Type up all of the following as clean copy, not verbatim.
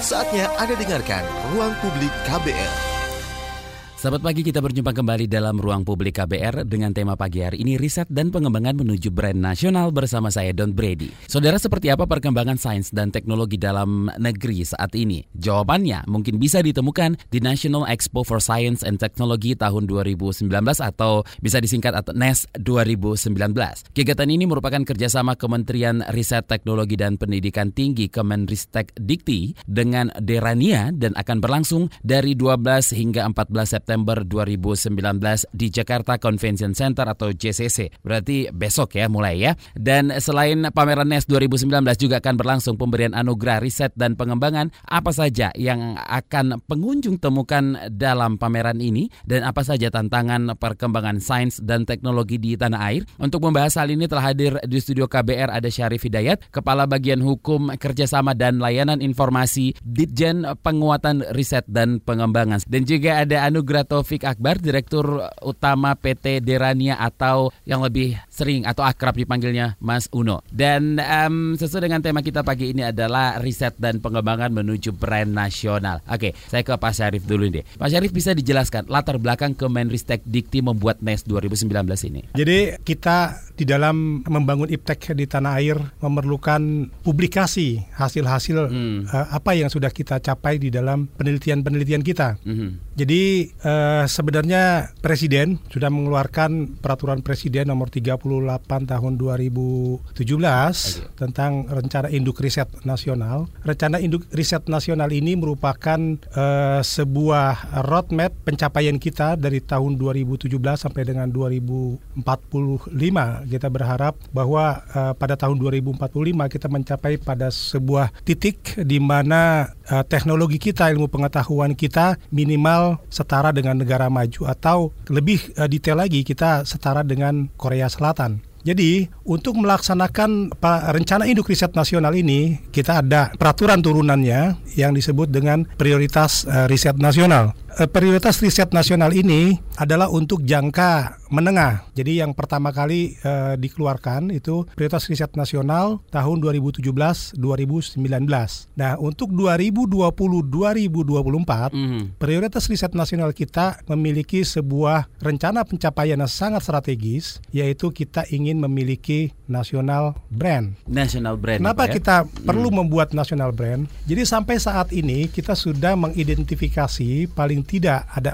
Saatnya Anda dengarkan Ruang Publik KBR. Selamat pagi, kita berjumpa kembali dalam Ruang Publik KBR dengan tema pagi hari ini riset dan pengembangan menuju brand nasional bersama saya Don Brady. Saudara, seperti apa perkembangan sains dan teknologi dalam negeri saat ini? Jawabannya mungkin bisa ditemukan di National Expo for Science and Technology tahun 2019 atau bisa disingkat NES 2019. Kegiatan ini merupakan kerjasama Kementerian Riset Teknologi dan Pendidikan Tinggi Kemenristek Dikti dengan Derania dan akan berlangsung dari 12 hingga 14 September 2019 di Jakarta Convention Center atau JCC. Berarti besok ya mulai ya. Dan selain pameran NES 2019 juga akan berlangsung pemberian anugerah riset dan pengembangan. Apa saja yang akan pengunjung temukan dalam pameran ini dan apa saja tantangan perkembangan sains dan teknologi di tanah air? Untuk membahas hal ini telah hadir di studio KBR ada Syarif Hidayat, Kepala Bagian Hukum Kerjasama dan Layanan Informasi Ditjen Penguatan Riset dan Pengembangan. Dan juga ada Anugrah Taufik Akbar, Direktur Utama PT Derania atau yang lebih sering atau akrab dipanggilnya Mas Uno. Dan sesuai dengan tema kita pagi ini adalah riset dan pengembangan menuju brand nasional. Oke, saya ke Pak Syarif dulu deh. Pak Syarif, bisa dijelaskan latar belakang Kemenristek Dikti membuat NES 2019 ini? Jadi kita di dalam membangun iptek di tanah air memerlukan publikasi hasil-hasil apa yang sudah kita capai di dalam penelitian-penelitian kita. Jadi sebenarnya Presiden sudah mengeluarkan Peraturan Presiden nomor 38 tahun 2017 tentang Rencana Induk Riset Nasional. Rencana Induk Riset Nasional ini merupakan sebuah roadmap pencapaian kita dari tahun 2017 sampai dengan 2045. Kita berharap bahwa pada tahun 2045 kita mencapai pada sebuah titik di mana teknologi kita, ilmu pengetahuan kita minimal setara dengan negara maju atau lebih detail lagi kita setara dengan Korea Selatan. Jadi untuk melaksanakan rencana induk riset nasional ini kita ada peraturan turunannya yang disebut dengan prioritas riset nasional. Prioritas riset nasional ini adalah untuk jangka menengah. Jadi yang pertama kali dikeluarkan itu prioritas riset nasional tahun 2017-2019. Nah, untuk 2020-2024 prioritas riset nasional kita memiliki sebuah rencana pencapaian yang sangat strategis, yaitu kita ingin memiliki national brand. National brand. Kenapa kita perlu membuat national brand? Jadi sampai saat ini kita sudah mengidentifikasi paling tidak ada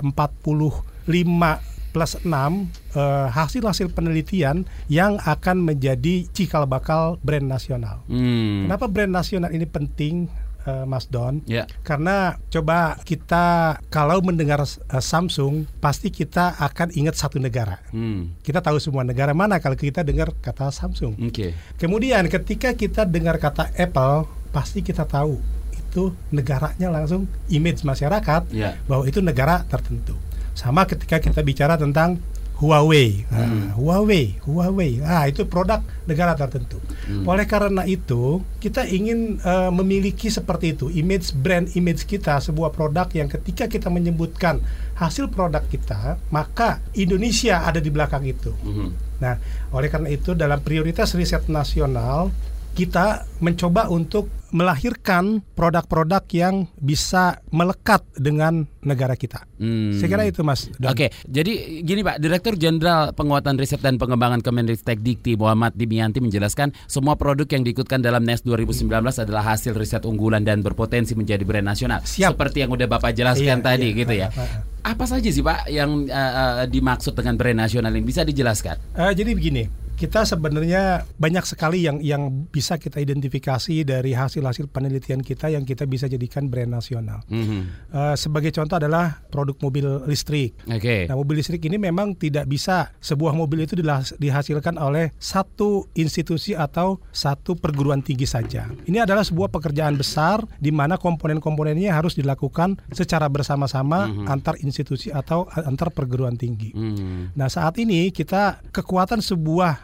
45 plus 6 hasil-hasil penelitian yang akan menjadi cikal bakal brand nasional. Kenapa brand nasional ini penting, Mas Don? Karena coba kita kalau mendengar Samsung pasti kita akan ingat satu negara. Kita tahu semua negara mana kalau kita dengar kata Samsung. Kemudian ketika kita dengar kata Apple pasti kita tahu itu negaranya langsung image masyarakat bahwa itu negara tertentu. Sama ketika kita bicara tentang Huawei. Huawei. Itu produk negara tertentu. Oleh karena itu, kita ingin memiliki seperti itu, brand image kita, sebuah produk yang ketika kita menyebutkan hasil produk kita, maka Indonesia ada di belakang itu. Nah, oleh karena itu dalam prioritas riset nasional kita mencoba untuk melahirkan produk-produk yang bisa melekat dengan negara kita. Saya kira itu, Mas. Oke, jadi gini Pak, Direktur Jenderal Penguatan Riset dan Pengembangan Kemenristek Dikti Muhammad Dimianti menjelaskan semua produk yang diikutkan dalam NES 2019 adalah hasil riset unggulan dan berpotensi menjadi brand nasional. Seperti yang udah Bapak jelaskan tadi gitu ya. Apa saja sih Pak yang dimaksud dengan brand nasional ini? Bisa dijelaskan? Jadi begini. Kita sebenarnya banyak sekali yang bisa kita identifikasi dari hasil-hasil penelitian kita yang kita bisa jadikan brand nasional. Sebagai contoh adalah produk mobil listrik. Nah, mobil listrik ini memang tidak bisa sebuah mobil itu dihasilkan oleh satu institusi atau satu perguruan tinggi saja. Ini adalah sebuah pekerjaan besar di mana komponen-komponennya harus dilakukan secara bersama-sama antar institusi atau antar perguruan tinggi. Nah, saat ini kita kekuatan sebuah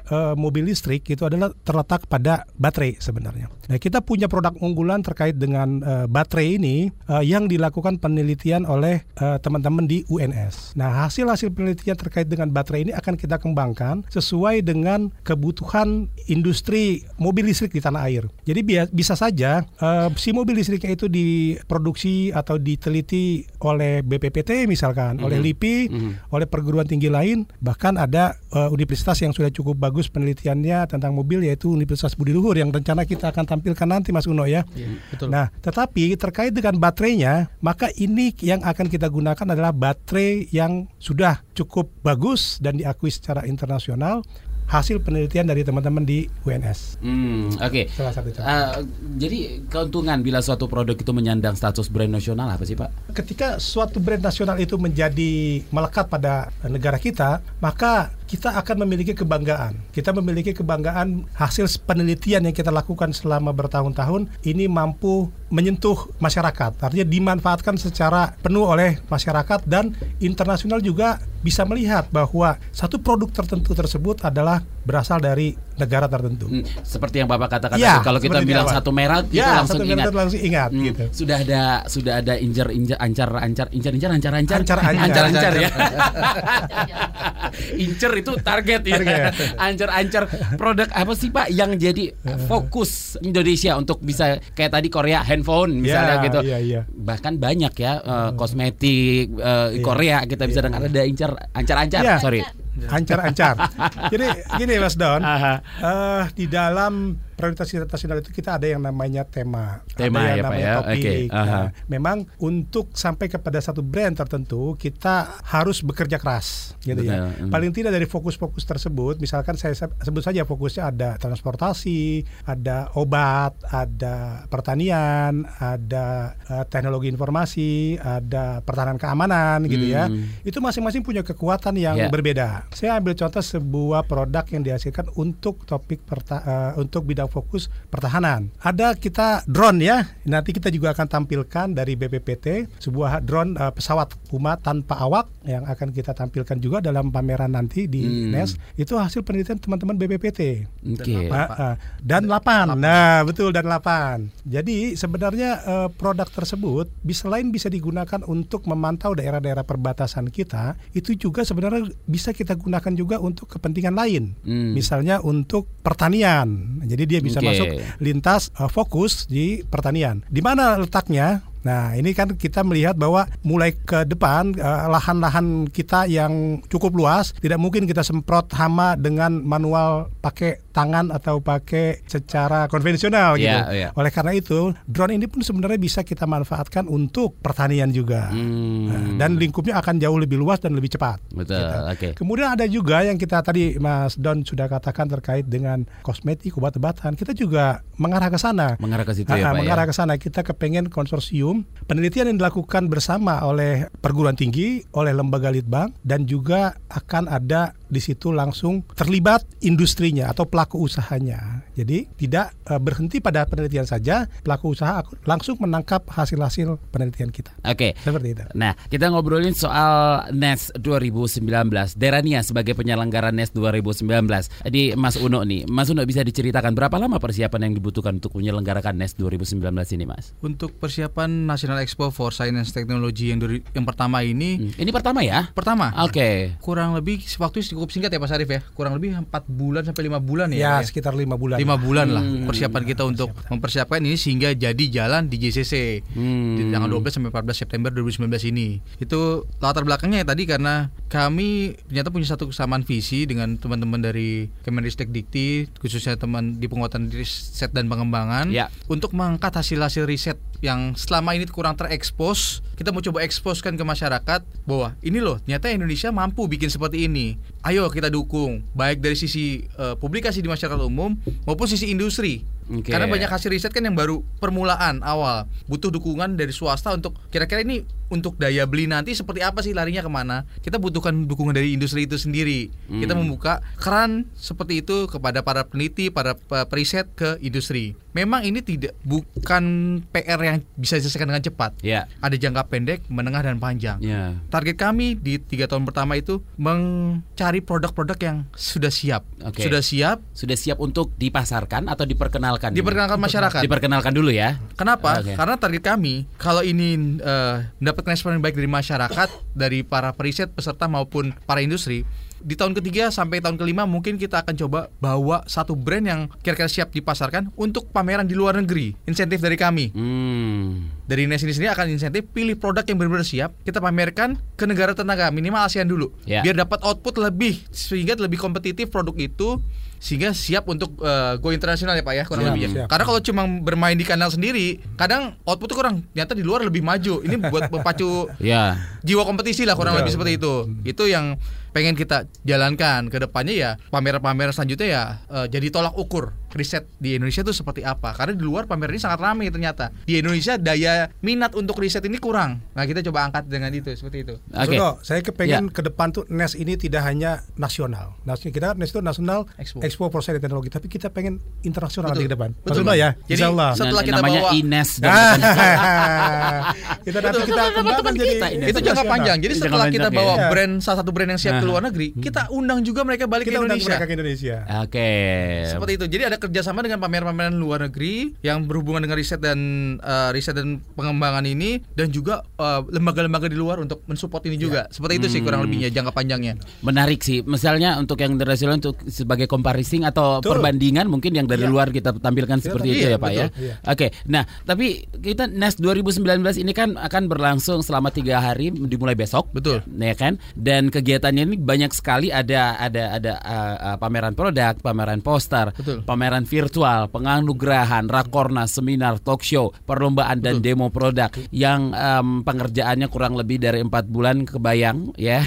mobil listrik itu adalah terletak pada baterai sebenarnya. Nah, kita punya produk unggulan terkait dengan baterai ini yang dilakukan penelitian oleh teman-teman di UNS. Nah, hasil-hasil penelitian terkait dengan baterai ini akan kita kembangkan sesuai dengan kebutuhan industri mobil listrik di tanah air. Jadi bisa saja si mobil listriknya itu diproduksi atau diteliti oleh BPPT misalkan, oleh LIPI, oleh perguruan tinggi lain, bahkan ada universitas yang sudah cukup bagus penelitiannya tentang mobil, yaitu Universitas Budi Luhur yang rencana kita akan tampilkan nanti, Mas Uno ya. Betul. Nah, tetapi terkait dengan baterainya, maka ini yang akan kita gunakan adalah baterai yang sudah cukup bagus dan diakui secara internasional, hasil penelitian dari teman-teman di UNS. Oke. Salah satu contoh. Jadi keuntungan bila suatu produk itu menyandang status brand nasional apa sih, Pak? Ketika suatu brand nasional itu menjadi melekat pada negara kita, maka kita akan memiliki kebanggaan. Kita memiliki kebanggaan hasil penelitian yang kita lakukan selama bertahun-tahun ini mampu menyentuh masyarakat. Artinya dimanfaatkan secara penuh oleh masyarakat dan internasional juga bisa melihat bahwa satu produk tertentu tersebut adalah berasal dari negara tertentu. Seperti yang Bapak katakan Ya, tadi, kalau kita bilang satu merek kita ya, langsung ingat. langsung ingat gitu. Sudah ada ancar ya. Incer itu target ya. Ancar produk apa sih, Pak, yang jadi fokus Indonesia untuk bisa kayak tadi Korea handphone misalnya gitu. Iya. Bahkan banyak ya kosmetik Korea kita bisa dengar ada ancar. Sorry. Ancar. Jadi gini Mas Don, di dalam prioritas nasional itu kita ada yang namanya tema ada yang ya, namanya Pak, ya? topik. Okay. Nah, memang untuk sampai kepada satu brand tertentu kita harus bekerja keras, gitu. Betul. Ya. Paling tidak dari fokus-fokus tersebut, misalkan saya sebut saja fokusnya ada transportasi, ada obat, ada pertanian, ada teknologi informasi, ada pertahanan keamanan, gitu ya. Itu masing-masing punya kekuatan yang berbeda. Saya ambil contoh sebuah produk yang dihasilkan untuk topik untuk bidang fokus pertahanan. Ada kita drone ya. Nanti kita juga akan tampilkan dari BPPT sebuah drone pesawat Puma tanpa awak yang akan kita tampilkan juga dalam pameran nanti di NES. Itu hasil penelitian teman-teman BPPT. Dan 8. Nah, betul, dan 8. Jadi sebenarnya produk tersebut selain bisa digunakan untuk memantau daerah-daerah perbatasan kita, itu juga sebenarnya bisa kita gunakan juga untuk kepentingan lain. Misalnya untuk pertanian. Jadi dia bisa masuk lintas fokus di pertanian. Di mana letaknya? Nah, ini kan kita melihat bahwa mulai ke depan lahan-lahan kita yang cukup luas, tidak mungkin kita semprot hama dengan manual pakai tangan atau pakai secara konvensional gitu. Oleh karena itu, drone ini pun sebenarnya bisa kita manfaatkan untuk pertanian juga. Dan lingkupnya akan jauh lebih luas dan lebih cepat. Betul. Gitu. Kemudian ada juga yang kita tadi Mas Don sudah katakan terkait dengan kosmetik, obat-obatan. Kita juga mengarah ke sana. Mengarah ke situ ya, Pak. Mengarah ke sana. Kita kepengen konsorsium penelitian yang dilakukan bersama oleh perguruan tinggi, oleh lembaga litbang, dan juga akan ada di situ langsung terlibat industrinya atau pelaku usahanya. Jadi tidak berhenti pada penelitian saja, pelaku usaha langsung menangkap hasil-hasil penelitian kita. Oke. Seperti itu. Nah, kita ngobrolin soal NES 2019. Derania sebagai penyelenggara NES 2019. Jadi Mas Uno nih, Mas Uno bisa diceritakan berapa lama persiapan yang dibutuhkan untuk menyelenggarakan NES 2019 ini, Mas? Untuk persiapan National Expo for Science and Technology yang pertama ini. Ini pertama ya? Pertama. Oke. Kurang lebih waktu cukup singkat ya Pak Sarif ya. Kurang lebih 4 bulan sampai 5 bulan ya. Ya, sekitar 5 bulan. 5 bulan lah persiapan kita untuk mempersiapkan ini sehingga jadi jalan di JCC di tanggal 12 sampai 14 September 2019 ini. Itu latar belakangnya ya tadi karena kami ternyata punya satu kesamaan visi dengan teman-teman dari Kemenristek Dikti, khususnya teman di penguatan riset dan pengembangan untuk mengangkat hasil-hasil riset yang selama ini kurang terekspos. Kita mau coba eksposkan ke masyarakat bahwa ini loh ternyata Indonesia mampu bikin seperti ini. Ayo kita dukung baik dari sisi publikasi di masyarakat umum maupun sisi industri. Karena banyak hasil riset kan yang baru permulaan awal, butuh dukungan dari swasta untuk kira-kira ini untuk daya beli nanti seperti apa sih, larinya kemana. Kita butuhkan dukungan dari industri itu sendiri. Kita membuka keran seperti itu kepada para peneliti, para periset ke industri. Memang ini bukan PR yang bisa diselesaikan dengan cepat. Ada jangka pendek, menengah dan panjang. Target kami di 3 tahun pertama itu mencari produk-produk yang sudah siap. Sudah siap untuk dipasarkan atau diperkenalkan. Diperkenalkan masyarakat. Diperkenalkan dulu ya. Kenapa? Karena target kami kalau ini mendapatkan respon yang baik dari masyarakat, dari para periset, peserta maupun para industri, di tahun ketiga sampai tahun kelima mungkin kita akan coba bawa satu brand yang kira-kira siap dipasarkan untuk pameran di luar negeri. Insentif dari kami. Dari NES ini sendiri akan insentif pilih produk yang benar-benar siap, kita pamerkan ke negara tetangga, minimal ASEAN dulu. Biar dapat output lebih, sehingga lebih kompetitif produk itu, sehingga siap untuk go internasional ya Pak ya, kurang lebih ya. Karena kalau cuma bermain di kanal sendiri, kadang output itu kurang, ternyata di luar lebih maju. Ini buat memacu jiwa kompetisi lah, kurang lebih seperti itu. Itu yang pengen kita jalankan ke depannya ya. Pameran-pameran selanjutnya ya jadi tolak ukur riset di Indonesia itu seperti apa. Karena di luar pameran ini sangat ramai ternyata. Di Indonesia daya minat untuk riset ini kurang. Nah, kita coba angkat dengan itu, seperti itu. Saya kepengen ke depan tuh NES ini tidak hanya nasional. Kita NES itu nasional Expo Proses dan Teknologi, tapi kita pengen internasional di depan. Betul ya. Jadi setelah kita namanya bawa INES kita kembangkan jadi itu jangka panjang. Jadi setelah kita bawa brand, salah satu brand yang siap ke luar negeri, kita undang juga mereka balik ke Indonesia. Seperti itu. Jadi ada kerjasama dengan pameran-pameran luar negeri yang berhubungan dengan riset dan pengembangan ini, dan juga lembaga-lembaga di luar untuk mensupport ini juga. Seperti itu sih kurang lebihnya jangka panjangnya. Menarik sih. Misalnya untuk yang internasional, untuk sebagai comparison atau perbandingan mungkin yang dari luar kita tampilkan seperti itu ya Pak ya. Nah tapi kita NES 2019 ini kan akan berlangsung selama 3 hari, dimulai besok. Betul. Ya kan? Dan kegiatannya ini banyak sekali, ada pameran produk, pameran poster, pameran virtual, penganugerahan, rakornas, seminar, talk show, perlombaan dan demo produk yang pengerjaannya kurang lebih dari 4 bulan, kebayang ya.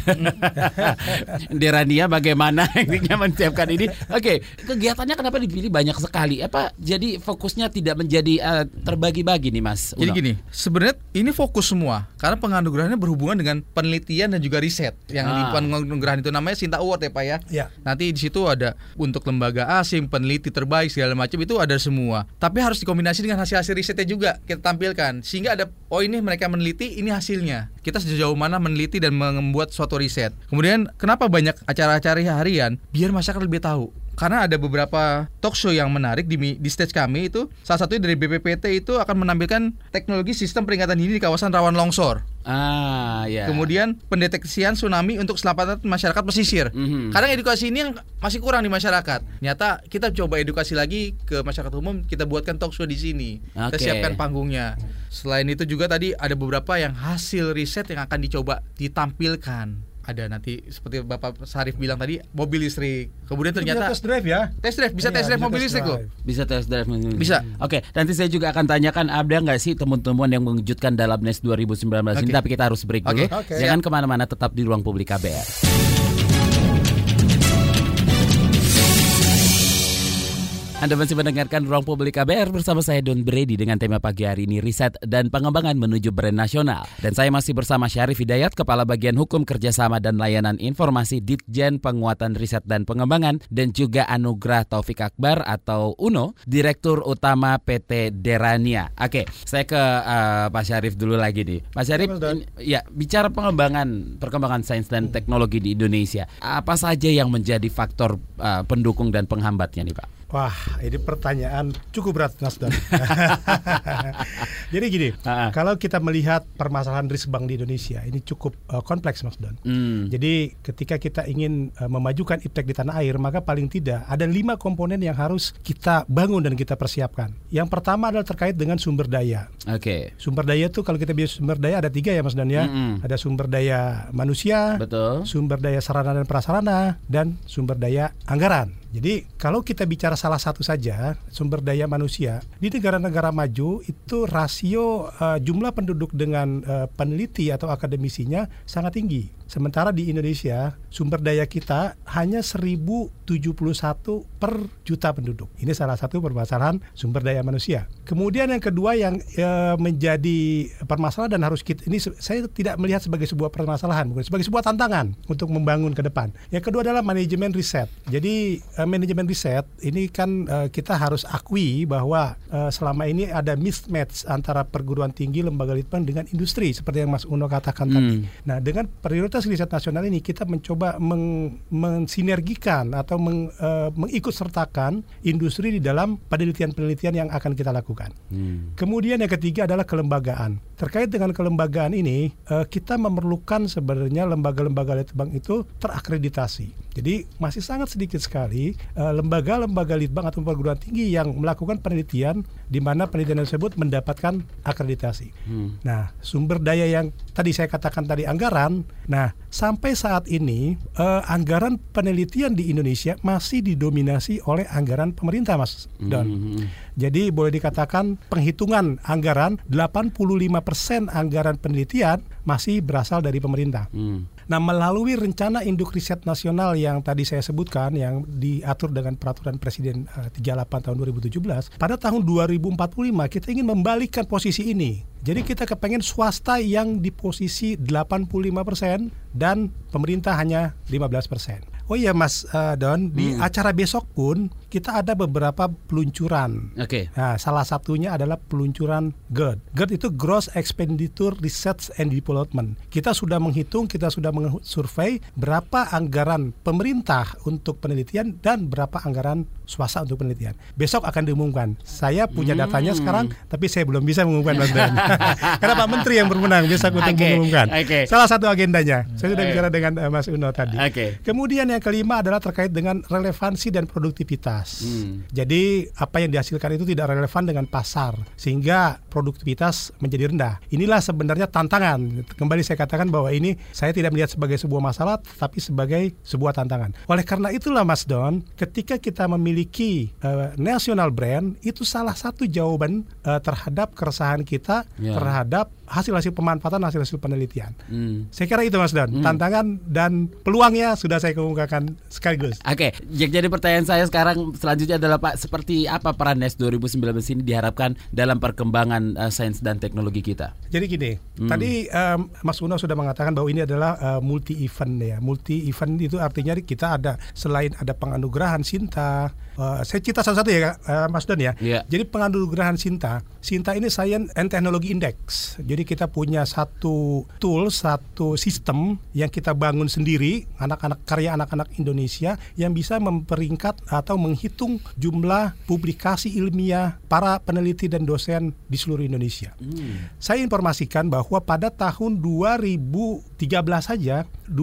Derania bagaimana intinya menyiapkan ini. Kegiatannya kenapa dipilih banyak sekali? Apa jadi fokusnya tidak menjadi terbagi-bagi nih Mas? Jadi gini, sebenarnya ini fokus semua karena penganugerahannya berhubungan dengan penelitian dan juga riset. Yang di penganugerahan itu namanya Sinta Award ya Pak ya. Nanti di situ ada untuk lembaga asing, peneliti terbaik segala macam, itu ada semua. Tapi harus dikombinasi dengan hasil-hasil risetnya juga kita tampilkan, sehingga ada ini mereka meneliti, ini hasilnya. Kita sejauh mana meneliti dan membuat suatu riset. Kemudian kenapa banyak acara-acara harian? Biar masyarakat lebih tahu. Karena ada beberapa talk show yang menarik di stage kami itu. Salah satunya dari BPPT itu akan menampilkan teknologi sistem peringatan dini di kawasan rawan longsor. Kemudian pendeteksian tsunami untuk keselamatan masyarakat pesisir. Kadang edukasi ini yang masih kurang di masyarakat. Nyata kita coba edukasi lagi ke masyarakat umum, kita buatkan talk show di sini. Kita siapkan panggungnya. Selain itu juga tadi ada beberapa yang hasil riset yang akan dicoba ditampilkan. Ada nanti seperti Bapak Sarif bilang tadi, mobil listrik. Kemudian ternyata test drive ya. Test drive, bisa test drive mobil listrik loh. Bisa test drive. Bisa. Nanti saya juga akan tanyakan ada nggak sih temuan-temuan yang mengejutkan dalam NES 2019 ini. Tapi kita harus break dulu. Jangan kemana-mana, tetap di Ruang Publik KBR. Anda masih mendengarkan Ruang Publik KBR bersama saya Don Brady dengan tema pagi hari ini riset dan pengembangan menuju brand nasional. Dan saya masih bersama Syarif Hidayat, Kepala Bagian Hukum Kerjasama dan Layanan Informasi Ditjen Penguatan Riset dan Pengembangan, dan juga Anugrah Taufik Akbar atau UNO, Direktur Utama PT Derania. Saya ke Pak Syarif dulu lagi nih. Pak Syarif, bicara perkembangan sains dan teknologi di Indonesia, apa saja yang menjadi faktor pendukung dan penghambatnya nih Pak? Wah, ini pertanyaan cukup berat Mas Don. Jadi gini, kalau kita melihat permasalahan risk bank di Indonesia ini cukup kompleks Mas Don. Jadi ketika kita ingin memajukan iptek di tanah air, maka paling tidak ada 5 komponen yang harus kita bangun dan kita persiapkan. Yang pertama adalah terkait dengan sumber daya. Sumber daya itu kalau kita bicara sumber daya ada 3 ya Mas Don ya. Ada sumber daya manusia, sumber daya sarana dan prasarana, dan sumber daya anggaran. Jadi kalau kita bicara salah satu saja, sumber daya manusia, di negara-negara maju itu rasio jumlah penduduk dengan peneliti atau akademisinya sangat tinggi. Sementara di Indonesia sumber daya kita hanya 1071 per juta penduduk. Ini salah satu permasalahan sumber daya manusia. Kemudian yang kedua yang menjadi permasalahan dan harus kita, ini saya tidak melihat sebagai sebuah permasalahan, bukan sebagai sebuah tantangan untuk membangun ke depan. Yang kedua adalah manajemen riset. Jadi manajemen riset ini kan kita harus akui bahwa selama ini ada mismatch antara perguruan tinggi, lembaga litbang dengan industri seperti yang Mas Uno katakan tadi. Nah, dengan prioritas riset nasional ini kita mencoba mensinergikan atau mengikut sertakan industri di dalam penelitian-penelitian yang akan kita lakukan. Kemudian yang ketiga adalah kelembagaan. Terkait dengan kelembagaan ini, kita memerlukan sebenarnya lembaga-lembaga litbang itu terakreditasi. Jadi masih sangat sedikit sekali lembaga-lembaga litbang atau perguruan tinggi yang melakukan penelitian di mana penelitian tersebut mendapatkan akreditasi. Nah, sumber daya yang tadi saya katakan tadi anggaran. Nah, sampai saat ini anggaran penelitian di Indonesia masih didominasi oleh anggaran pemerintah, Mas Don. Jadi boleh dikatakan penghitungan anggaran 85% anggaran penelitian masih berasal dari pemerintah. Nah, melalui rencana induk riset nasional yang tadi saya sebutkan, yang diatur dengan peraturan Presiden 38 tahun 2017, pada tahun 2045 kita ingin membalikkan posisi ini. Jadi kita kepengen swasta yang di posisi 85% dan pemerintah hanya 15%. Oh iya Mas Don, di acara besok pun kita ada beberapa peluncuran. Nah, salah satunya adalah peluncuran GERD. GERD itu Gross Expenditure Research and Development. Kita sudah menghitung, kita sudah survei berapa anggaran pemerintah untuk penelitian dan berapa anggaran swasta untuk penelitian. Besok akan diumumkan. Saya punya datanya sekarang, tapi saya belum bisa mengumumkan Mas Don. Karena Pak Menteri yang berwenang besok untuk mengumumkan. Salah satu agendanya. Saya sudah bicara dengan Mas Uno tadi. Kemudian yang kelima adalah terkait dengan relevansi dan produktivitas. Jadi apa yang dihasilkan itu tidak relevan dengan pasar, sehingga produktivitas menjadi rendah. Inilah sebenarnya tantangan. Kembali saya katakan bahwa ini saya tidak melihat sebagai sebuah masalah, tapi sebagai sebuah tantangan. Oleh karena itulah Mas Don, ketika kita memiliki national brand, itu salah satu jawaban terhadap keresahan kita terhadap hasil-hasil pemanfaatan, hasil-hasil penelitian. Saya kira itu Mas Don, tantangan dan peluangnya sudah saya kemukakan sekaligus. Jadi pertanyaan saya sekarang selanjutnya adalah Pak, seperti apa peran NES 2019 ini diharapkan dalam perkembangan sains dan teknologi kita? Jadi gini, tadi Mas Uno sudah mengatakan bahwa ini adalah multi event ya. Multi event itu artinya kita ada, selain ada penganugerahan Sinta, saya cerita satu-satu ya Mas Don ya. Jadi penganugerahan Sinta ini Science and Technology Index. Jadi kita punya satu tool, satu sistem yang kita bangun sendiri, karya anak-anak Indonesia yang bisa memperingkat atau menghitung jumlah publikasi ilmiah para peneliti dan dosen di seluruh Indonesia. Saya informasikan bahwa pada tahun 2013 saja,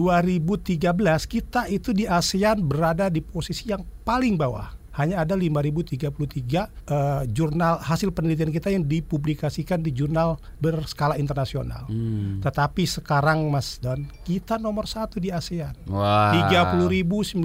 2013 kita itu di ASEAN berada di posisi yang paling bawah. Hanya ada 5.033 jurnal hasil penelitian kita yang dipublikasikan di jurnal berskala internasional. Tetapi sekarang Mas Don, kita nomor 1 di ASEAN. 30.924,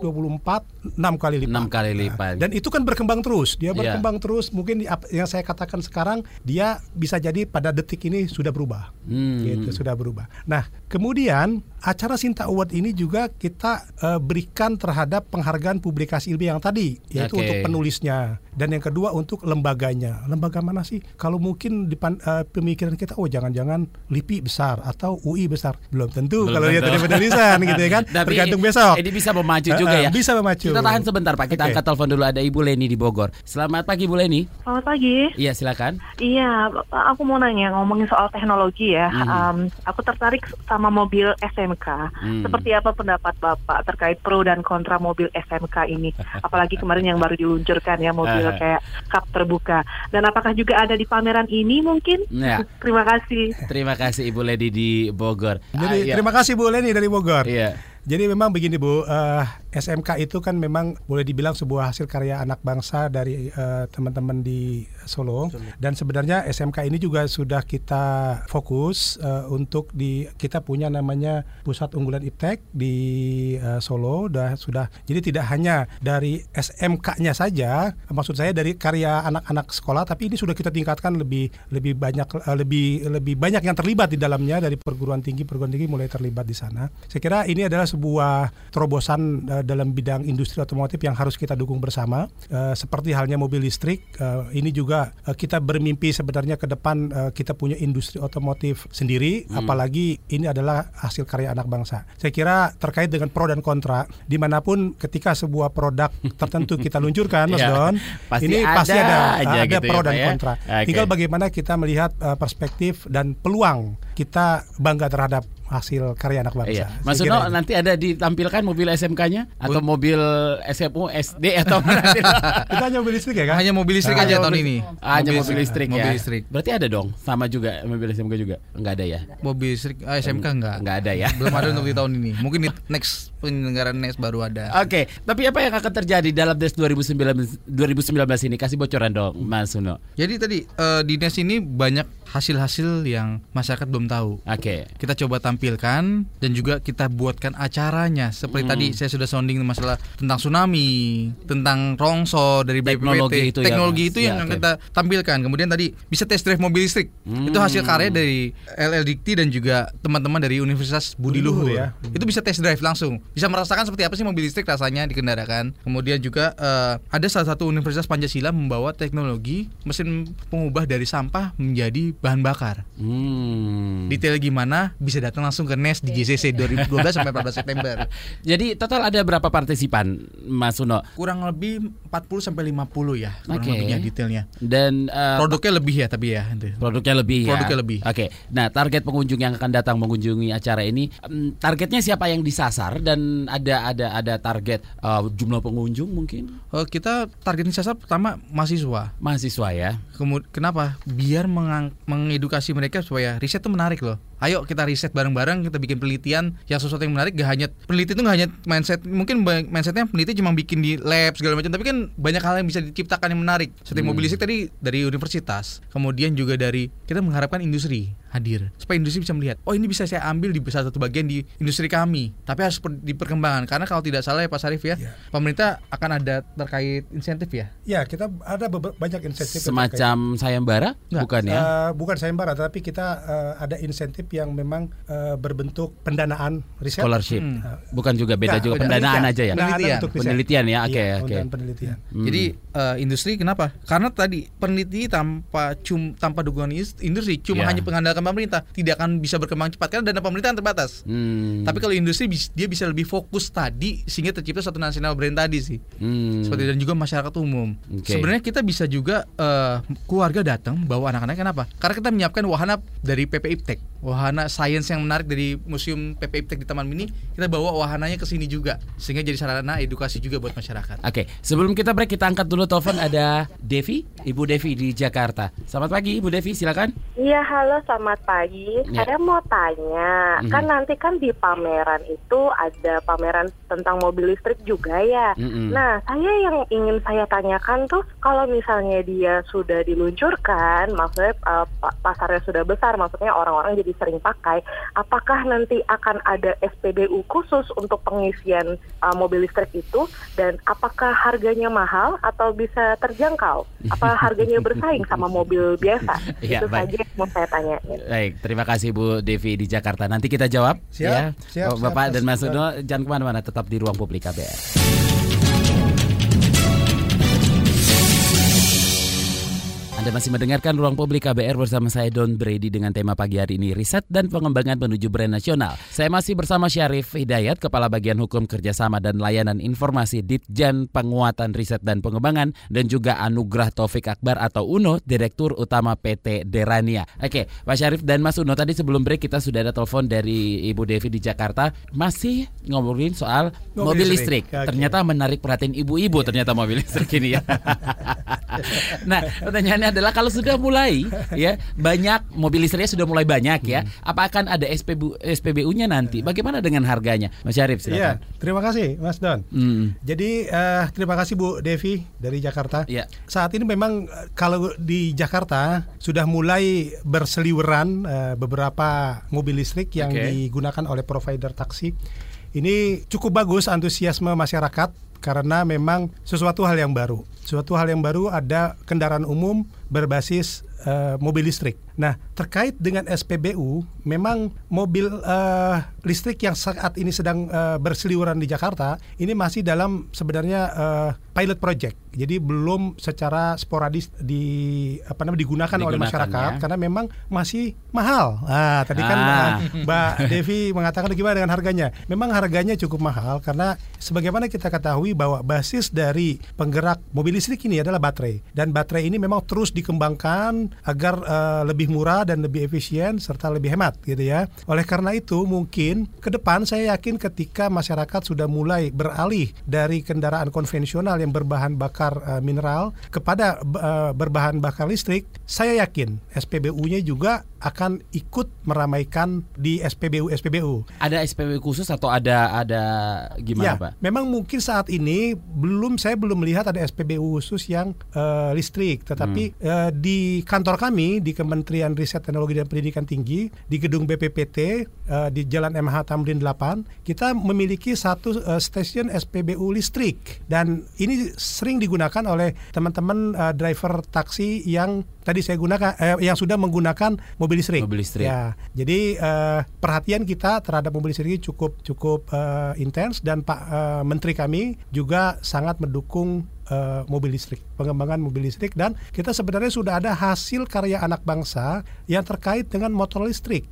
6 kali lipat. 6 kali lipat. Dan itu kan berkembang terus. Dia berkembang terus. Mungkin yang saya katakan sekarang, dia bisa jadi pada detik ini sudah berubah. Gitu, sudah berubah. Nah, kemudian acara Sinta Award ini juga kita berikan terhadap penghargaan publikasi ilmiah yang tadi, yaitu untuk penulisnya, dan yang kedua untuk lembaganya. Lembaga mana sih? Kalau mungkin di pemikiran kita, jangan-jangan LIPI besar atau UI besar, belum tentu kalau lihat dari penulisan gitu ya kan. Tergantung besok. Ini bisa memacu juga ya. Bisa memacu. Kita tahan sebentar Pak, kita angkat telepon dulu, ada Ibu Leni di Bogor. Selamat pagi Bu Leni. Selamat pagi. Iya silakan. Iya, aku mau nanya, ngomongin soal teknologi ya. Aku tertarik sama mobil SMK. Seperti apa pendapat Bapak terkait pro dan kontra mobil SMK ini? Apalagi kemarin yang baru diluncurkan ya, mobil kayak kap terbuka. Dan apakah juga ada di pameran ini mungkin? Terima kasih. Terima kasih Ibu Leni di Bogor. Jadi terima kasih Bu Leni dari Bogor. Jadi memang begini Bu, SMK itu kan memang boleh dibilang sebuah hasil karya anak bangsa dari teman-teman di Solo. Dan sebenarnya SMK ini juga sudah kita fokus untuk kita punya namanya Pusat Unggulan Iptek di Solo. Sudah. Jadi tidak hanya dari SMK-nya saja, maksud saya dari karya anak-anak sekolah, tapi ini sudah kita tingkatkan lebih banyak yang terlibat di dalamnya, dari perguruan tinggi mulai terlibat di sana. Saya kira ini adalah sebuah terobosan dalam bidang industri otomotif yang harus kita dukung bersama. Seperti halnya mobil listrik, ini juga kita bermimpi sebenarnya ke depan kita punya industri otomotif sendiri, apalagi ini adalah hasil karya anak bangsa. Saya kira terkait dengan pro dan kontra, dimanapun ketika sebuah produk tertentu kita luncurkan, Mas Don, ini pasti ada gitu pro dan kontra. Tinggal bagaimana kita melihat perspektif dan peluang kita bangga terhadap hasil karya anak bangsa. Mas Uno nanti ada ditampilkan mobil SMK-nya atau mobil SMU SD atau mana? Kita hanya mobil listrik ya kan? Hanya mobil listrik aja tahun ini. Hanya mobil listrik ya. Mobil listrik. Berarti ada dong, sama juga mobil SMK juga? Enggak ada ya? Mobil listrik SMK enggak ada ya. Belum ada untuk di tahun ini. Mungkin di next penyelenggaraan next baru ada. Oke, tapi apa yang akan terjadi dalam DES 2019 ini? Kasih bocoran dong, Mas Uno. Jadi tadi di DES ini banyak hasil-hasil yang masyarakat belum tahu. Oke. Kita coba tampilkan dan juga kita buatkan acaranya. Seperti tadi saya sudah sounding masalah tentang tsunami, tentang longsor dari BPPT. Teknologi itu yang kita tampilkan. Kemudian tadi bisa test drive mobil listrik. Itu hasil karya dari LL Dikti dan juga teman-teman dari Universitas Budi Luhur. Ya. Itu bisa test drive langsung. Bisa merasakan seperti apa sih mobil listrik rasanya dikendarakan. Kemudian juga ada salah satu Universitas Pancasila membawa teknologi mesin pengubah dari sampah menjadi bahan bakar. Detail gimana bisa datang langsung ke NES di JCC 2012 sampai 14 September. Jadi total ada berapa partisipan, Mas Uno? Kurang lebih 40 sampai 50 ya. Kurang lebihnya detailnya. Dan produknya lebih ya tapi ya. Produknya lebih. Oke. Nah, target pengunjung yang akan datang mengunjungi acara ini, targetnya siapa yang disasar dan ada target jumlah pengunjung mungkin? Kita target disasar pertama mahasiswa. Mahasiswa ya. Kenapa? Biar mengedukasi mereka supaya riset itu menarik loh. Ayo kita riset bareng-bareng, kita bikin penelitian yang sesuatu yang menarik. Peneliti itu nggak hanya mindset, mungkin mindsetnya peneliti cuma bikin di lab segala macam, tapi kan banyak hal yang bisa diciptakan yang menarik. Seperti mobil listrik tadi dari universitas, kemudian juga dari kita mengharapkan industri hadir supaya industri bisa melihat, oh ini bisa saya ambil di salah satu bagian di industri kami, tapi harus diperkembangkan. Karena kalau tidak salah ya Pak Syarif ya, pemerintah akan ada terkait insentif ya. Ya, kita ada banyak insentif. Semacam sayembara? Bukan ya? Bukan sayembara, tapi kita ada insentif yang memang berbentuk pendanaan riset. Scholarship. Bukan juga beda juga pendanaan aja ya. Penelitian ya. Oke. Penelitian. Jadi industri kenapa? Karena tadi peneliti tanpa dukungan industri cuma hanya mengandalkan pemerintah tidak akan bisa berkembang cepat karena dana pemerintah terbatas. Tapi kalau industri dia bisa lebih fokus tadi sehingga tercipta satu national brand tadi sih. Seperti dan juga masyarakat umum. Sebenarnya kita bisa juga keluarga datang bawa anak-anak. Kenapa? Karena kita menyiapkan wahana dari PP Iptek. Wahana sains yang menarik dari Museum PP Iptek di Taman Mini, kita bawa wahananya ke sini juga sehingga jadi sarana edukasi juga buat masyarakat. Oke, sebelum kita break kita angkat dulu telepon, ada Devi, Ibu Devi di Jakarta. Selamat pagi Ibu Devi, silakan. Iya, halo, selamat pagi. Saya mau tanya, kan nanti kan di pameran itu ada pameran tentang mobil listrik juga ya. Nah, yang ingin saya tanyakan tuh kalau misalnya dia sudah diluncurkan, maksudnya pasarnya sudah besar, maksudnya orang-orang jadi sering pakai, apakah nanti akan ada SPBU khusus untuk pengisian mobil listrik itu, dan apakah harganya mahal atau bisa terjangkau? Apa harganya bersaing sama mobil biasa? Itu saja yang mau saya tanya. Baik, terima kasih Bu Devi di Jakarta. Nanti kita jawab. Siap, Bapak dan Mas Uno, jangan kemana-mana, tetap di Ruang Publik KBR. Anda masih mendengarkan Ruang Publik KBR bersama saya Don Brady dengan tema pagi hari ini riset dan pengembangan menuju brand nasional. Saya masih bersama Syarif Hidayat, Kepala Bagian Hukum Kerjasama dan Layanan Informasi Ditjen Penguatan Riset dan Pengembangan, dan juga Anugrah Taufik Akbar atau Uno, Direktur Utama PT Derania. Oke, Pak Syarif dan Mas Uno, tadi sebelum break kita sudah ada telepon dari Ibu Devi di Jakarta, masih ngomongin soal mobil listrik. Ternyata menarik perhatian ibu-ibu ternyata mobil listrik ini ya. Nah, pertanyaannya adalah kalau sudah mulai ya banyak mobil listriknya sudah mulai banyak ya, apa akan ada SPBU-nya nanti? Bagaimana dengan harganya? Mas Syarif silakan. Iya, terima kasih Mas Don. Jadi terima kasih Bu Devi dari Jakarta. Ya. Saat ini memang kalau di Jakarta sudah mulai berseliweran beberapa mobil listrik yang digunakan oleh provider taksi. Ini cukup bagus antusiasme masyarakat karena memang sesuatu hal yang baru. Suatu hal yang baru, ada kendaraan umum berbasis mobil listrik. Nah, terkait dengan SPBU, memang mobil listrik yang saat ini sedang berseliweran di Jakarta ini masih dalam sebenarnya pilot project. Jadi belum secara sporadis digunakan oleh masyarakat karena memang masih mahal. Nah, tadi kan Mbak Devi mengatakan gimana dengan harganya? Memang harganya cukup mahal karena sebagaimana kita ketahui bahwa basis dari penggerak mobil listrik ini adalah baterai, dan baterai ini memang terus dikembangkan agar lebih murah dan lebih efisien serta lebih hemat gitu ya. Oleh karena itu mungkin ke depan saya yakin ketika masyarakat sudah mulai beralih dari kendaraan konvensional yang berbahan bakar mineral kepada berbahan bakar listrik, saya yakin SPBU-nya juga akan ikut meramaikan di SPBU. Ada SPBU khusus atau ada gimana ya, Pak? Memang mungkin saat ini saya belum melihat ada SPBU khusus yang listrik, tetapi di kantor kami di Kementerian Riset Teknologi dan Pendidikan Tinggi di gedung BPPT di Jalan MH Tamrin 8, kita memiliki satu stasiun SPBU listrik, dan ini sering digunakan oleh teman-teman driver taksi yang tadi saya gunakan yang sudah menggunakan mobil listrik. Ya, jadi perhatian kita terhadap mobil listrik ini cukup intens, dan Pak Menteri kami juga sangat mendukung mobil listrik, pengembangan mobil listrik, dan kita sebenarnya sudah ada hasil karya anak bangsa yang terkait dengan motor listrik.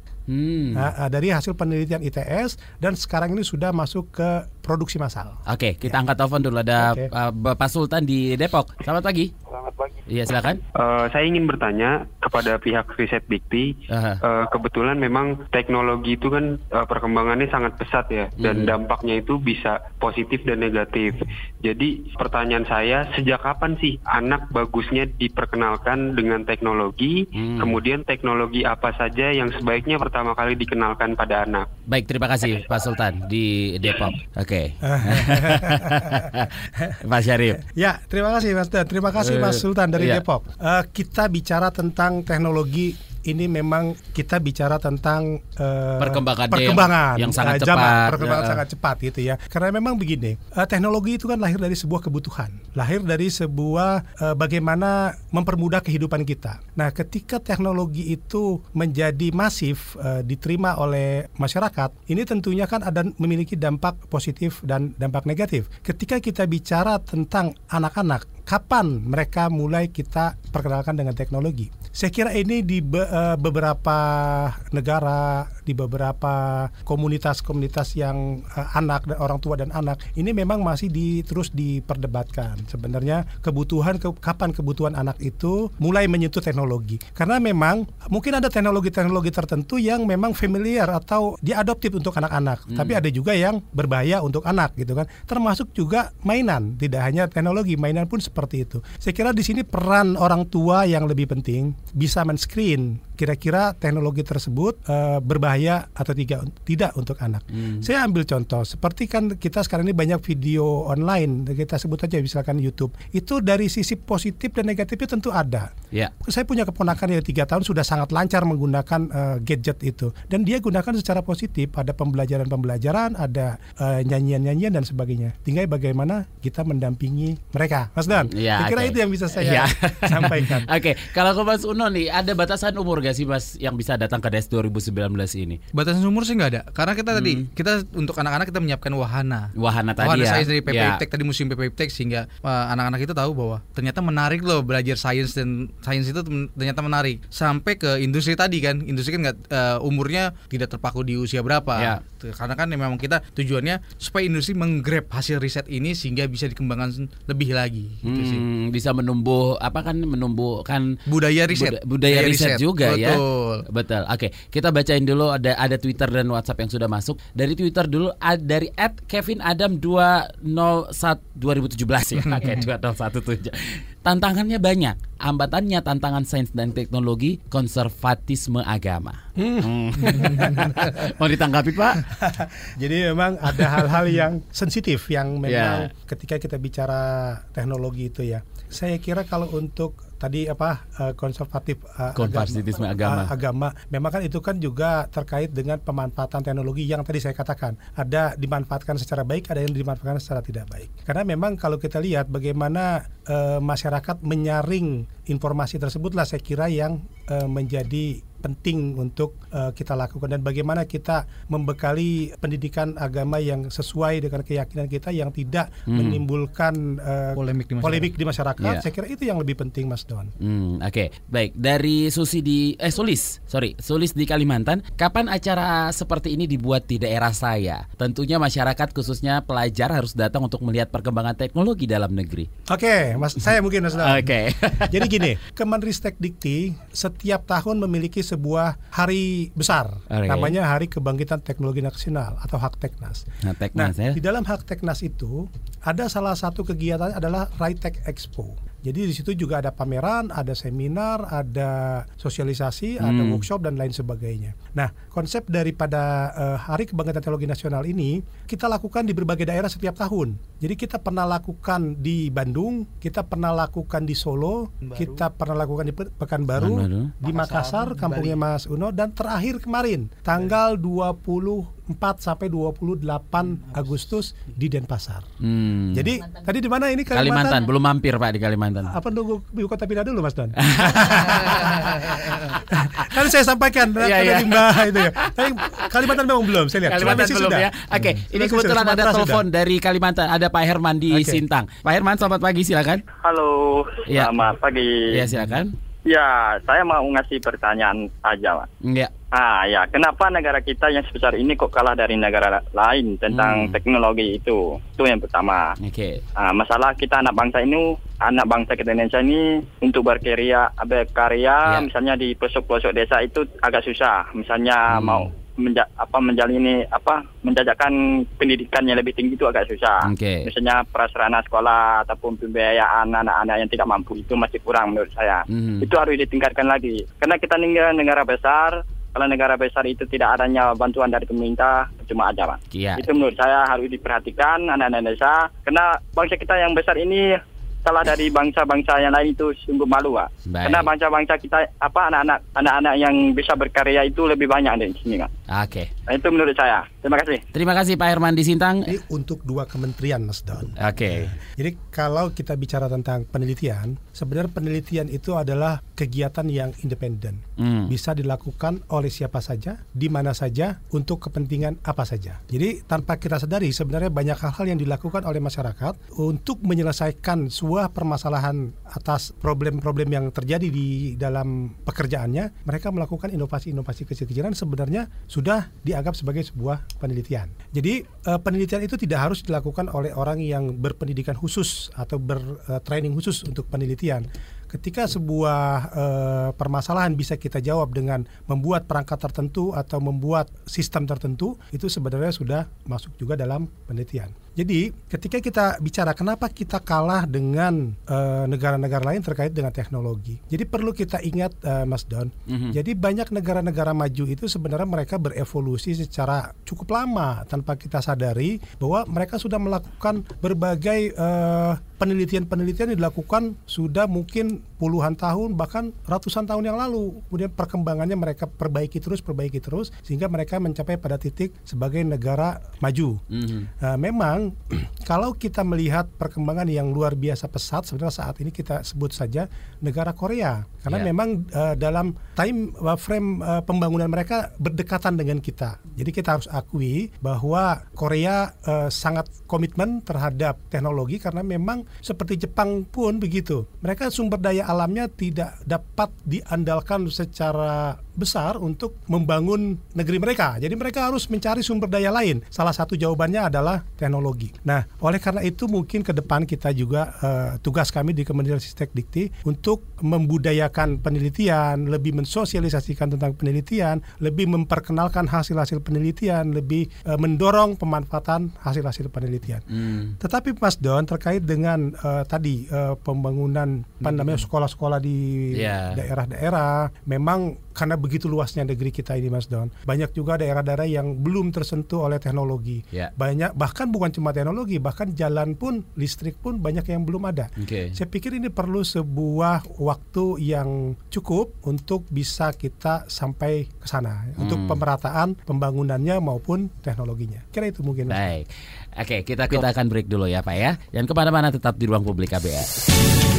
Dari hasil penelitian ITS, dan sekarang ini sudah masuk ke produksi massal. Oke, kita angkat telepon dulu. Ada Bapak Sultan di Depok. Selamat pagi. Selamat pagi. Iya, silakan. Saya ingin bertanya kepada pihak Riset Dikti. Kebetulan memang teknologi itu kan perkembangannya sangat pesat ya, dan dampaknya itu bisa positif dan negatif. Jadi pertanyaan saya, sejak kapan sih anak bagusnya diperkenalkan dengan teknologi? Kemudian teknologi apa saja yang sebaiknya pertama kali dikenalkan pada anak? Baik, terima kasih Pak Sultan di Depok. Oke. Pak Syarif. Ya, terima kasih Mas Dan. Terima kasih Mas Sultan dari Depok. Kita bicara tentang teknologi. Ini memang kita bicara tentang perkembangan yang sangat cepat, perkembangan sangat cepat gitu ya. Karena memang begini, teknologi itu kan lahir dari sebuah kebutuhan, lahir dari sebuah bagaimana mempermudah kehidupan kita. Nah, ketika teknologi itu menjadi masif diterima oleh masyarakat, ini tentunya kan ada memiliki dampak positif dan dampak negatif. Ketika kita bicara tentang anak-anak, kapan mereka mulai kita perkenalkan dengan teknologi? Saya kira ini di beberapa negara, di beberapa komunitas-komunitas yang anak dan orang tua dan anak, ini memang masih terus diperdebatkan. Sebenarnya kapan kebutuhan anak itu mulai menyentuh teknologi. Karena memang mungkin ada teknologi-teknologi tertentu yang memang familiar atau diadoptif untuk anak-anak, tapi ada juga yang berbahaya untuk anak gitu kan. Termasuk juga mainan, tidak hanya teknologi, mainan pun seperti itu. Saya kira di sini peran orang tua yang lebih penting, bisa men-screen kira-kira teknologi tersebut berbahaya atau tidak untuk anak. Saya ambil contoh, seperti kan kita sekarang ini banyak video online, kita sebut aja misalkan YouTube. Itu dari sisi positif dan negatifnya tentu ada. Saya punya keponakan yang 3 tahun sudah sangat lancar menggunakan gadget itu, dan dia gunakan secara positif. Ada pembelajaran, ada nyanyian-nyanyian dan sebagainya. Tinggal bagaimana kita mendampingi mereka, Mas Dan. Saya kira itu yang bisa saya sampaikan. Oke, kalau ke Mas Uno nih, ada batasan umur gak sih Mas yang bisa datang ke DES 2019 ini? Batasan umur sih nggak ada, karena kita kita untuk anak-anak kita menyiapkan wahana tadi ya. Sains dari PPIPTEK tadi, museum PPIPTEK, sehingga anak-anak itu tahu bahwa ternyata menarik loh belajar sains, dan sains itu ternyata menarik. Sampai ke industri tadi kan, industri kan nggak umurnya tidak terpaku di usia berapa. Karena kan memang kita tujuannya supaya industri menggrab hasil riset ini sehingga bisa dikembangkan lebih lagi. Gitu sih. Bisa menumbuhkan budaya riset. Budaya riset juga. Betul. Oke, kita bacain dulu ada Twitter dan WhatsApp yang sudah masuk. Dari Twitter dulu, dari @kevinadam2017 ya. Oke, 2017. tantangannya banyak. Hambatannya tantangan sains dan teknologi, konservatisme agama. Mau ditanggapi Pak? Jadi memang ada hal-hal yang sensitif yang memang ketika kita bicara teknologi itu ya. Saya kira kalau untuk tadi konservatisme agama memang kan itu kan juga terkait dengan pemanfaatan teknologi yang tadi saya katakan, ada dimanfaatkan secara baik, ada yang dimanfaatkan secara tidak baik. Karena memang kalau kita lihat bagaimana masyarakat menyaring informasi tersebutlah saya kira yang menjadi penting untuk kita lakukan, dan bagaimana kita membekali pendidikan agama yang sesuai dengan keyakinan kita yang tidak menimbulkan polemik di masyarakat. Saya kira itu yang lebih penting, Mas Don. Oke. Baik, dari Sulis di Kalimantan, kapan acara seperti ini dibuat di daerah saya? Tentunya masyarakat khususnya pelajar harus datang untuk melihat perkembangan teknologi dalam negeri. Oke, Mas, saya mungkin Mas Don. Oke. Jadi gini, Kemenristek Dikti setiap tahun memiliki sebuah hari besar, namanya Hari Kebangkitan Teknologi Nasional atau Hakteknas. Di dalam Hakteknas itu ada salah satu kegiatan adalah Ritek Expo. Jadi di situ juga ada pameran, ada seminar, ada sosialisasi, ada workshop dan lain sebagainya. Nah, konsep daripada Hari Kebangkitan Teknologi Nasional ini kita lakukan di berbagai daerah setiap tahun. Jadi kita pernah lakukan di Bandung, kita pernah lakukan di Solo, kita pernah lakukan di Pekanbaru, di Makassar, kampungnya Mas Uno, dan terakhir kemarin tanggal 24 sampai 28 Agustus di Denpasar. Jadi tadi di mana ini Kalimantan? Belum mampir Pak di Kalimantan. Apa nunggu ibu kota pindah dulu Mas Don? Kan saya sampaikan tadi Mbak itu ya. Tapi Kalimantan memang belum, saya lihat. Kalimantan belum ya. Oke, ini kebetulan ada telepon dari Kalimantan. Ada Pak Herman di Sintang. Pak Herman, selamat pagi, silakan. Halo, selamat pagi. Ya, silakan. Ya, saya mau ngasih pertanyaan aja, Mas. Ya. Kenapa negara kita yang sebesar ini kok kalah dari negara lain tentang teknologi itu? Itu yang pertama. Masalah kita anak bangsa kita Indonesia ini untuk berkarya, misalnya di pelosok-pelosok desa itu agak susah. Misalnya mau menjajakan pendidikan yang lebih tinggi itu agak susah. Misalnya prasarana sekolah ataupun pembiayaan anak-anak yang tidak mampu itu masih kurang menurut saya. Itu harus ditingkatkan lagi. Karena kita negara besar. Kalau negara besar itu tidak adanya bantuan dari pemerintah, cuma aja, Pak. Itu menurut saya harus diperhatikan anak-anak Indonesia. Karena bangsa kita yang besar ini salah dari bangsa-bangsa yang lain itu sungguh malu, Pak. Karena bangsa-bangsa kita anak-anak yang bisa berkarya itu lebih banyak di sini, Pak. Nah, itu menurut saya. Terima kasih. Terima kasih Pak Herman di Sintang. Ini untuk dua kementerian, Mas Don. Jadi kalau kita bicara tentang penelitian, sebenarnya penelitian itu adalah kegiatan yang independen. Bisa dilakukan oleh siapa saja, di mana saja, untuk kepentingan apa saja. Jadi tanpa kita sadari sebenarnya banyak hal-hal yang dilakukan oleh masyarakat untuk menyelesaikan sebuah permasalahan atas problem-problem yang terjadi di dalam pekerjaannya. Mereka melakukan inovasi-inovasi kecil-kecilan sebenarnya sudah dianggap sebagai sebuah penelitian. Jadi penelitian itu tidak harus dilakukan oleh orang yang berpendidikan khusus atau bertraining khusus untuk penelitian. Ketika sebuah permasalahan bisa kita jawab dengan membuat perangkat tertentu atau membuat sistem tertentu, itu sebenarnya sudah masuk juga dalam penelitian. Jadi ketika kita bicara kenapa kita kalah dengan negara-negara lain terkait dengan teknologi, jadi perlu kita ingat Mas Don, jadi banyak negara-negara maju itu sebenarnya mereka berevolusi secara cukup lama tanpa kita sadari bahwa mereka sudah melakukan berbagai penelitian-penelitian yang dilakukan sudah mungkin puluhan tahun bahkan ratusan tahun yang lalu. Kemudian perkembangannya mereka perbaiki terus sehingga mereka mencapai pada titik sebagai negara maju. Memang kalau kita melihat perkembangan yang luar biasa pesat sebenarnya saat ini kita sebut saja negara Korea karena memang dalam time frame pembangunan mereka berdekatan dengan kita. Jadi kita harus akui bahwa Korea sangat komitmen terhadap teknologi karena memang seperti Jepang pun begitu. Mereka sumber daya alamnya tidak dapat diandalkan secara besar untuk membangun negeri mereka. Jadi mereka harus mencari sumber daya lain. Salah satu jawabannya adalah teknologi. Nah, oleh karena itu mungkin ke depan kita juga tugas kami di Kementerian Ristek-Dikti untuk membudayakan penelitian, lebih mensosialisasikan tentang penelitian, lebih memperkenalkan hasil-hasil penelitian, lebih mendorong pemanfaatan hasil-hasil penelitian. Tetapi Mas Don, terkait dengan tadi pembangunan sekolah-sekolah di daerah-daerah, memang karena begitu luasnya negeri kita ini Mas Don, banyak juga daerah-daerah yang belum tersentuh oleh teknologi. Banyak, bahkan bukan cuma teknologi, bahkan jalan pun, listrik pun banyak yang belum ada. Saya pikir ini perlu sebuah waktu yang cukup untuk bisa kita sampai ke sana, untuk pemerataan pembangunannya maupun teknologinya. Kira itu mungkin. Baik. Oke, kita akan break dulu ya Pak ya. Jangan kemana-mana, tetap di Ruang Publik KBR.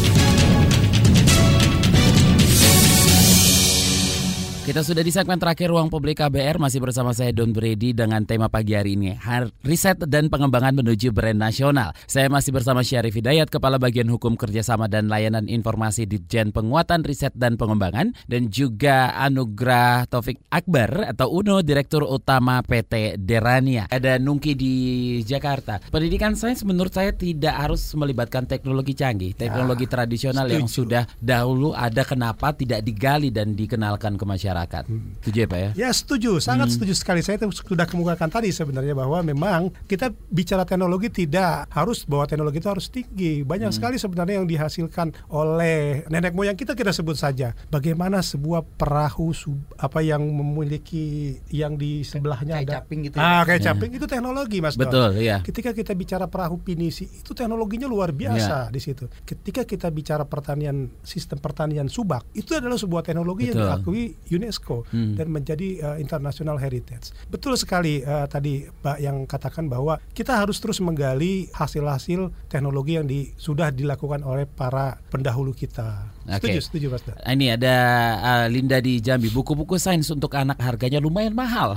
Kita sudah di segmen terakhir Ruang Publik KBR, masih bersama saya Don Brady dengan tema pagi hari ini, riset dan pengembangan menuju brand nasional. Saya masih bersama Syarif Hidayat, Kepala Bagian Hukum Kerjasama dan Layanan Informasi Ditjen Penguatan Riset dan Pengembangan, dan juga Anugrah Taufik Akbar atau Uno, Direktur Utama PT Derania. Ada Nungki di Jakarta. Pendidikan sains menurut saya tidak harus melibatkan teknologi canggih, teknologi tradisional yang sudah dahulu ada, kenapa tidak digali dan dikenalkan ke masyarakat? Setuju ya Pak ya? Ya setuju, sangat setuju sekali. Saya sudah kemukakan tadi sebenarnya bahwa memang kita bicara teknologi tidak harus bahwa teknologi itu harus tinggi. Banyak sekali sebenarnya yang dihasilkan oleh nenek moyang kita sebut saja. Bagaimana sebuah perahu yang memiliki yang di sebelahnya kayak ada caping gitu. Kayak caping itu teknologi Mas Don. Betul, iya. Ketika kita bicara perahu pinisi itu teknologinya luar biasa di situ. Ketika kita bicara sistem pertanian subak, itu adalah sebuah teknologi yang diakui UNESCO dan menjadi international heritage. Betul sekali tadi Mbak yang katakan bahwa kita harus terus menggali hasil-hasil teknologi yang sudah dilakukan oleh para pendahulu kita. Setuju Mas Dan. Ini ada Linda di Jambi, buku-buku sains untuk anak harganya lumayan mahal.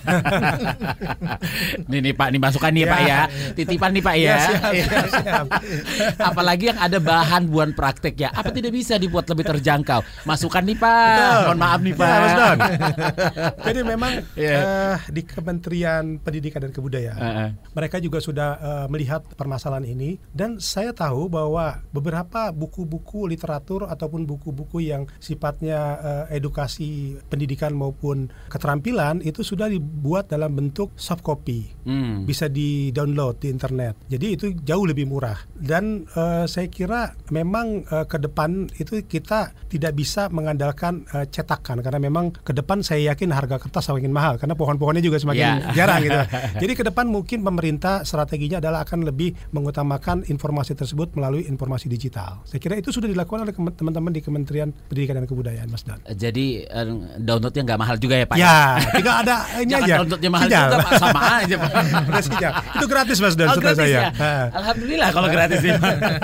Nih Pak, nih masukan nih Pak ya. Titipan nih Pak ya. Siap. Apalagi yang ada bahan buat praktek ya. Apa tidak bisa dibuat lebih terjangkau? Masukan nih Pak. Mohon maaf nih Pak. Mas Don. Jadi memang di Kementerian Pendidikan dan Kebudayaan mereka juga sudah melihat permasalahan ini, dan saya tahu bahwa beberapa buku-buku literatur ataupun buku-buku yang sifatnya edukasi pendidikan maupun keterampilan itu sudah dibuat dalam bentuk soft copy, bisa di-download di internet. Jadi itu jauh lebih murah, dan saya kira memang ke depan itu kita tidak bisa mengandalkan cetakan, karena memang ke depan saya yakin harga kertas semakin mahal karena pohon-pohonnya juga semakin jarang gitu. Jadi ke depan mungkin pemerintah strateginya adalah akan lebih mengutamakan informasi tersebut melalui informasi digital. Saya kira itu sudah dilakukan oleh teman-teman di Kementerian Pendidikan dan Kebudayaan, Mas Dan. Jadi downloadnya nggak mahal juga ya Pak? Ya, tinggal ada ini aja. Downloadnya mahal juga Pak, sama aja Pak. Itu gratis Mas Dan, gratis saya. Ya? Alhamdulillah kalau gratis ya.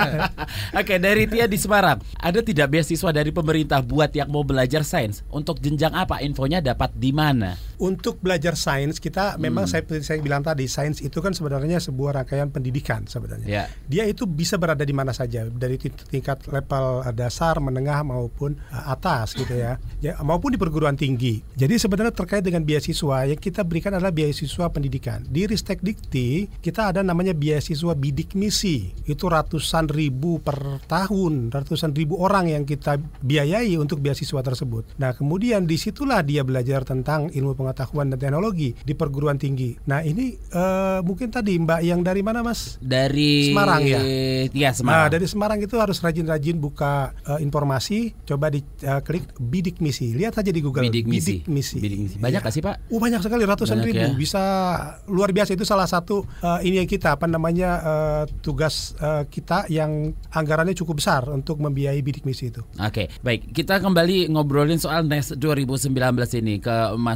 Oke, dari Tia di Semarang, ada tidak beasiswa dari pemerintah buat yang mau belajar sains? Untuk jenjang apa? Infonya dapat di mana? Untuk belajar sains kita memang saya bilang tadi, sains itu kan sebenarnya sebuah rangkaian pendidikan sebenarnya. Dia itu bisa berada di mana saja, dari tingkat level dasar, menengah maupun atas gitu ya, maupun di perguruan tinggi. Jadi sebenarnya terkait dengan beasiswa yang kita berikan adalah beasiswa pendidikan. Di Ristek-Dikti kita ada namanya beasiswa bidik misi. Itu ratusan ribu per tahun, ratusan ribu orang yang kita biayai untuk beasiswa tersebut. Nah, kemudian disitulah dia belajar tentang ilmu pengetahuan dan teknologi di perguruan tinggi. Nah, ini mungkin tadi Mbak yang dari mana Mas? Dari Semarang ya? Iya, Semarang. Nah, dari Semarang itu harus rajin-rajin buka informasi, coba diklik bidik misi. Lihat aja di Google. Bidik misi. Banyak nggak sih Pak? Banyak sekali, ratusan ribu. Ya? Bisa luar biasa. Itu salah satu ini yang kita tugas kita yang anggarannya cukup besar untuk membiayai bidik misi itu. Oke, baik. Kita kembali ngobrolin soal NES 2019 ini ke Mas Uno. Mas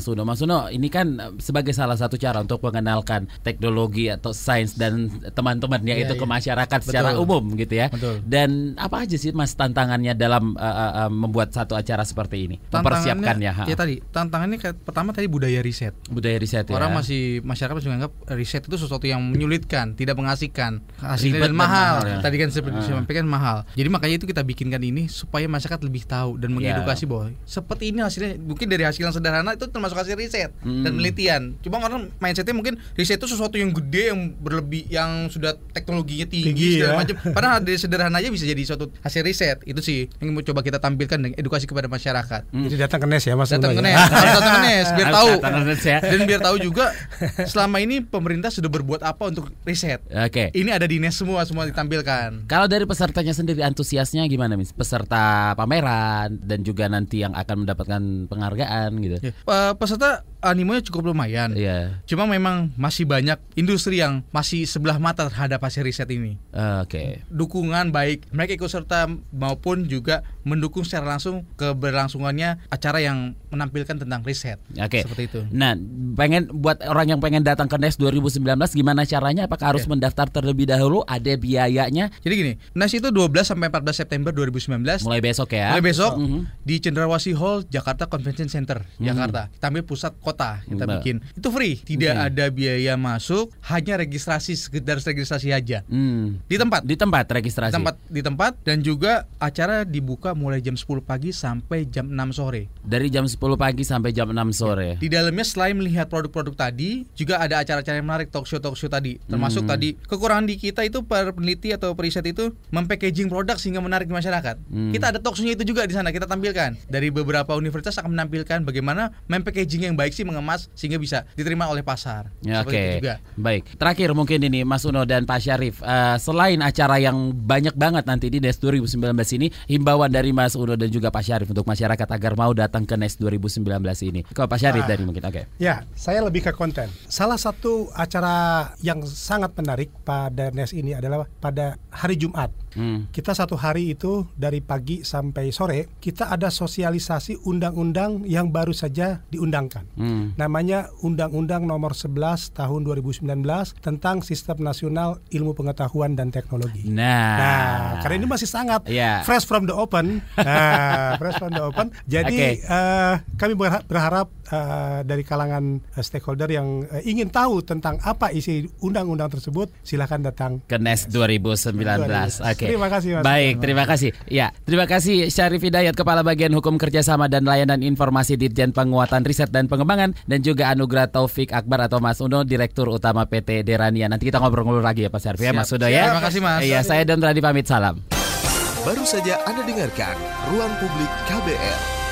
Uno, ini kan sebagai salah satu cara untuk mengenalkan teknologi atau sains dan teman-temannya itu ke masyarakat secara umum gitu ya. Betul. Dan apa aja sih Mas tantangannya dalam membuat satu acara seperti ini? Mempersiapkannya. Ya tadi, tantangannya pertama tadi budaya riset. Budaya riset ya. Orang masyarakat masih menganggap riset itu sesuatu yang menyulitkan, tidak mengasihkan, hasilnya dan mahal. Tadi kan seperti saya sampaikan mahal. Jadi makanya itu kita bikinkan ini supaya masyarakat lebih tahu dan mengedukasi bahwa seperti ini hasilnya. Mungkin dari hasil yang sederhana itu termasuk hasil riset dan penelitian. Cuma orang mindsetnya mungkin riset itu sesuatu yang gede, yang berlebih, yang sudah teknologinya tinggi segala macam. Padahal dari sederhana aja bisa jadi suatu hasil riset. Itu sih yang mau coba kita tampilkan dan edukasi kepada masyarakat. Jadi datang ke NES ya Mas. Datang ke NES, harus datang ke NES biar tahu. Dan biar tahu juga selama ini pemerintah sudah berbuat apa untuk riset. Oke. Ini ada di NES semua ditampilkan. Kalau dari pesertanya sendiri antusiasnya gimana, Mis? Peserta pameran dan juga nanti yang akan mendapatkan penghargaan gitu. Ya. Peserta animonya cukup lumayan. Iya. Cuma memang masih banyak industri yang masih sebelah mata terhadap hasil riset ini. Oke. Dukungan baik mereka ikut serta maupun juga mendukung secara langsung keberlangsungannya acara yang menampilkan tentang riset. Oke. Seperti itu. Nah, buat orang yang pengen datang ke NES 2019 gimana caranya? Apakah harus mendaftar terlebih dahulu? Ada biayanya? Jadi gini, NES itu 12 sampai 14 September 2019. Mulai besok ya. Mulai besok di Cendrawasih Hall Jakarta Convention Center Jakarta. Kita ambil pusat kota kita bikin. Itu free, tidak ada biaya masuk, hanya registrasi, sekedar registrasi aja. Di tempat registrasi. Di tempat dan juga acara dibuka mulai jam 10 pagi sampai jam 6 sore. Dari jam 10 pagi sampai jam 6 sore. Di dalamnya selain melihat produk-produk tadi, juga ada acara-acara yang menarik, talk show tadi. Termasuk tadi kekurangan di kita itu para peneliti atau periset itu mempackaging produk sehingga menarik di masyarakat. Kita ada talk show-nya itu juga di sana kita tampilkan. Dari beberapa universitas akan menampilkan bagaimana mempackaging yang baik sih mengemas sehingga bisa diterima oleh pasar. Oke. Baik. Terakhir mungkin ini Mas Uno dan Pak Syarif, selain acara yang banyak banget nanti di NES 2019 ini, himbauan dari Mas Uno dan juga Pak Syarif untuk masyarakat agar mau datang ke NES 2019 ini. Kalau Pak Syarif dari mungkin Ya, saya lebih ke konten. Salah satu acara yang sangat menarik pada NES ini adalah pada hari Jumat. Kita satu hari itu dari pagi sampai sore kita ada sosialisasi undang-undang yang baru saja diundangkan. Namanya Undang-Undang Nomor 11 Tahun 2019 tentang Sistem Nasional Ilmu Pengetahuan dan Teknologi. Nah, karena ini masih sangat fresh from the open. Fresh from the open. Jadi kami berharap dari kalangan stakeholder yang ingin tahu tentang apa isi undang-undang tersebut, silakan datang ke NES 2019. Oke. Terima kasih Mas. Baik, terima kasih. Ya, terima kasih Syarif Hidayat, Kepala Bagian Hukum Kerjasama dan Layanan Informasi Ditjen Penguatan Riset dan Pengembangan, dan juga Anugrah Taufik Akbar atau Mas Uno, Direktur Utama PT Derania. Nanti kita ngobrol-ngobrol lagi ya Pak Syarif ya, Mas Uno ya. Terima kasih Mas. Iya, saya Don Radi pamit, salam. Baru saja Anda dengarkan Ruang Publik KBR.